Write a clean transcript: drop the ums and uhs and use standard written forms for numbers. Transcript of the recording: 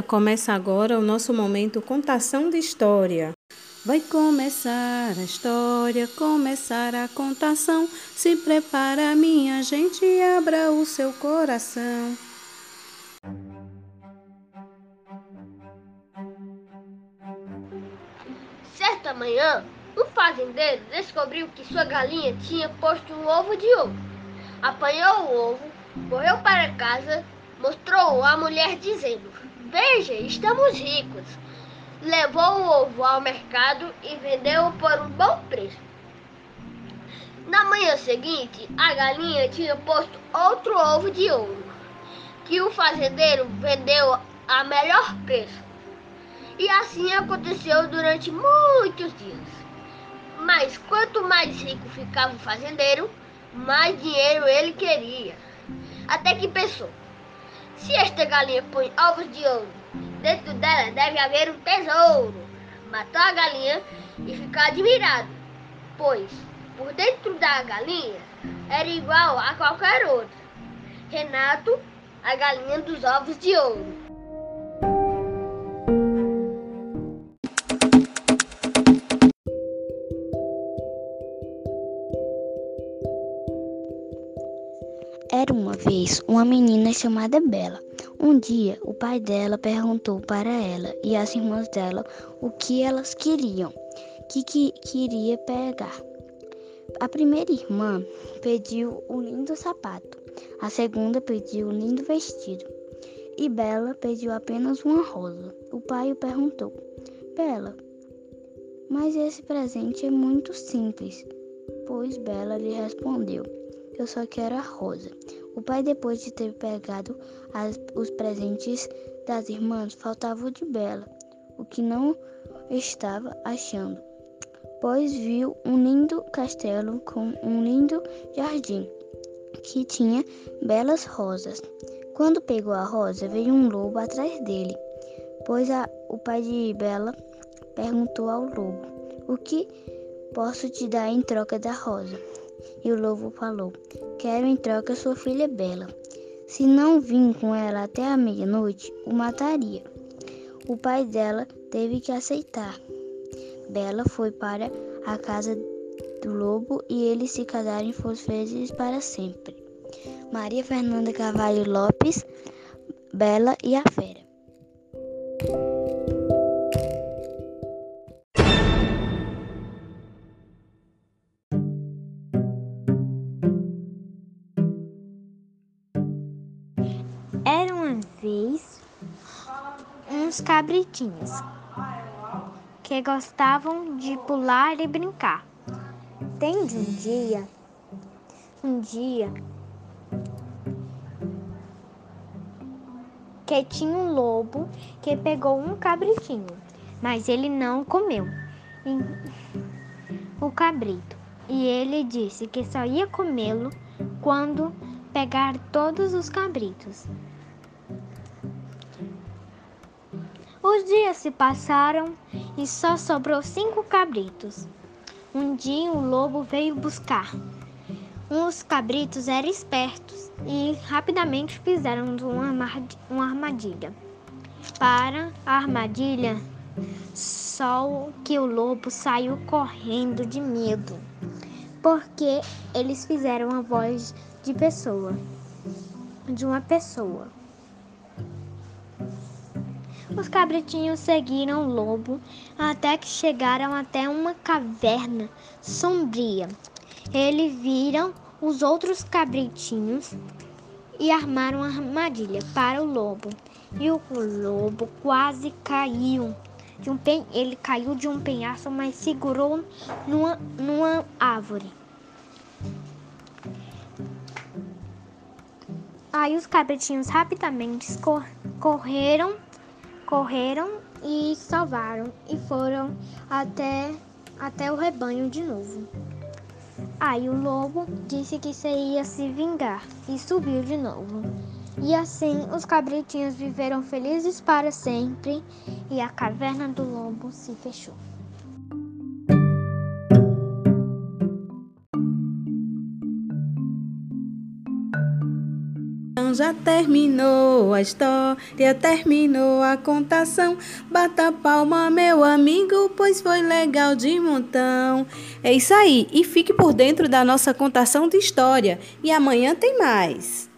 começa agora o nosso momento Contação de História. Vai começar a história, começar a contação. Se prepara, minha gente, e abra o seu coração. Certa manhã, um fazendeiro descobriu que sua galinha tinha posto um ovo de ouro. Apanhou o ovo, correu para casa, mostrou à mulher dizendo: "Veja, estamos ricos." Levou o ovo ao mercado e vendeu-o por um bom preço. Na manhã seguinte, a galinha tinha posto outro ovo de ouro, que o fazendeiro vendeu a melhor preço. E assim aconteceu durante muitos dias. Mas quanto mais rico ficava o fazendeiro, mais dinheiro ele queria. Até que pensou: se esta galinha põe ovos de ouro, dentro dela deve haver um tesouro. Matou a galinha e ficou admirado, pois por dentro da galinha era igual a qualquer outra. Renato, a galinha dos ovos de ouro. Era uma vez uma menina chamada Bela. Um dia, o pai dela perguntou para ela e as irmãs dela o que elas queriam, que queria pegar. A primeira irmã pediu um lindo sapato, a segunda pediu um lindo vestido e Bela pediu apenas uma rosa. O pai perguntou: Bela, mas esse presente é muito simples. Pois Bela lhe respondeu: eu só quero a rosa. O pai, depois de ter pegado os presentes das irmãs, faltava o de Bela, o que não estava achando, pois viu um lindo castelo com um lindo jardim, que tinha belas rosas. Quando pegou a rosa, veio um lobo atrás dele, pois o pai de Bela perguntou ao lobo: o que posso te dar em troca da rosa? E o lobo falou: quero em troca sua filha Bela. Se não vim com ela até a meia-noite, o mataria. O pai dela teve que aceitar. Bela foi para a casa do lobo e eles se casaram e foram felizes para sempre. Maria Fernanda Carvalho Lopes, Bela e a Fera. Era uma vez uns cabritinhos que gostavam de pular e brincar. Tem um dia que tinha um lobo que pegou um cabritinho, mas ele não comeu o cabrito. E ele disse que só ia comê-lo quando pegar todos os cabritos. Os dias se passaram e só sobrou 5 cabritos. Um dia o lobo veio buscar. Os cabritos eram espertos e rapidamente fizeram uma armadilha. Para a armadilha, só que o lobo saiu correndo de medo, porque eles fizeram a voz de uma pessoa. Os cabritinhos seguiram o lobo até que chegaram até uma caverna sombria. Eles viram os outros cabritinhos e armaram uma armadilha para o lobo. E o lobo quase caiu. Ele caiu de um penhasco, mas segurou numa árvore. Aí os cabritinhos rapidamente correram e salvaram e foram até o rebanho de novo. Aí o lobo disse que ia se vingar e subiu de novo. E assim os cabritinhos viveram felizes para sempre e a caverna do lobo se fechou. Então já terminou a história, terminou a contação. Bata palma, meu amigo, pois foi legal de montão. É isso aí, e fique por dentro da nossa contação de história. E amanhã tem mais.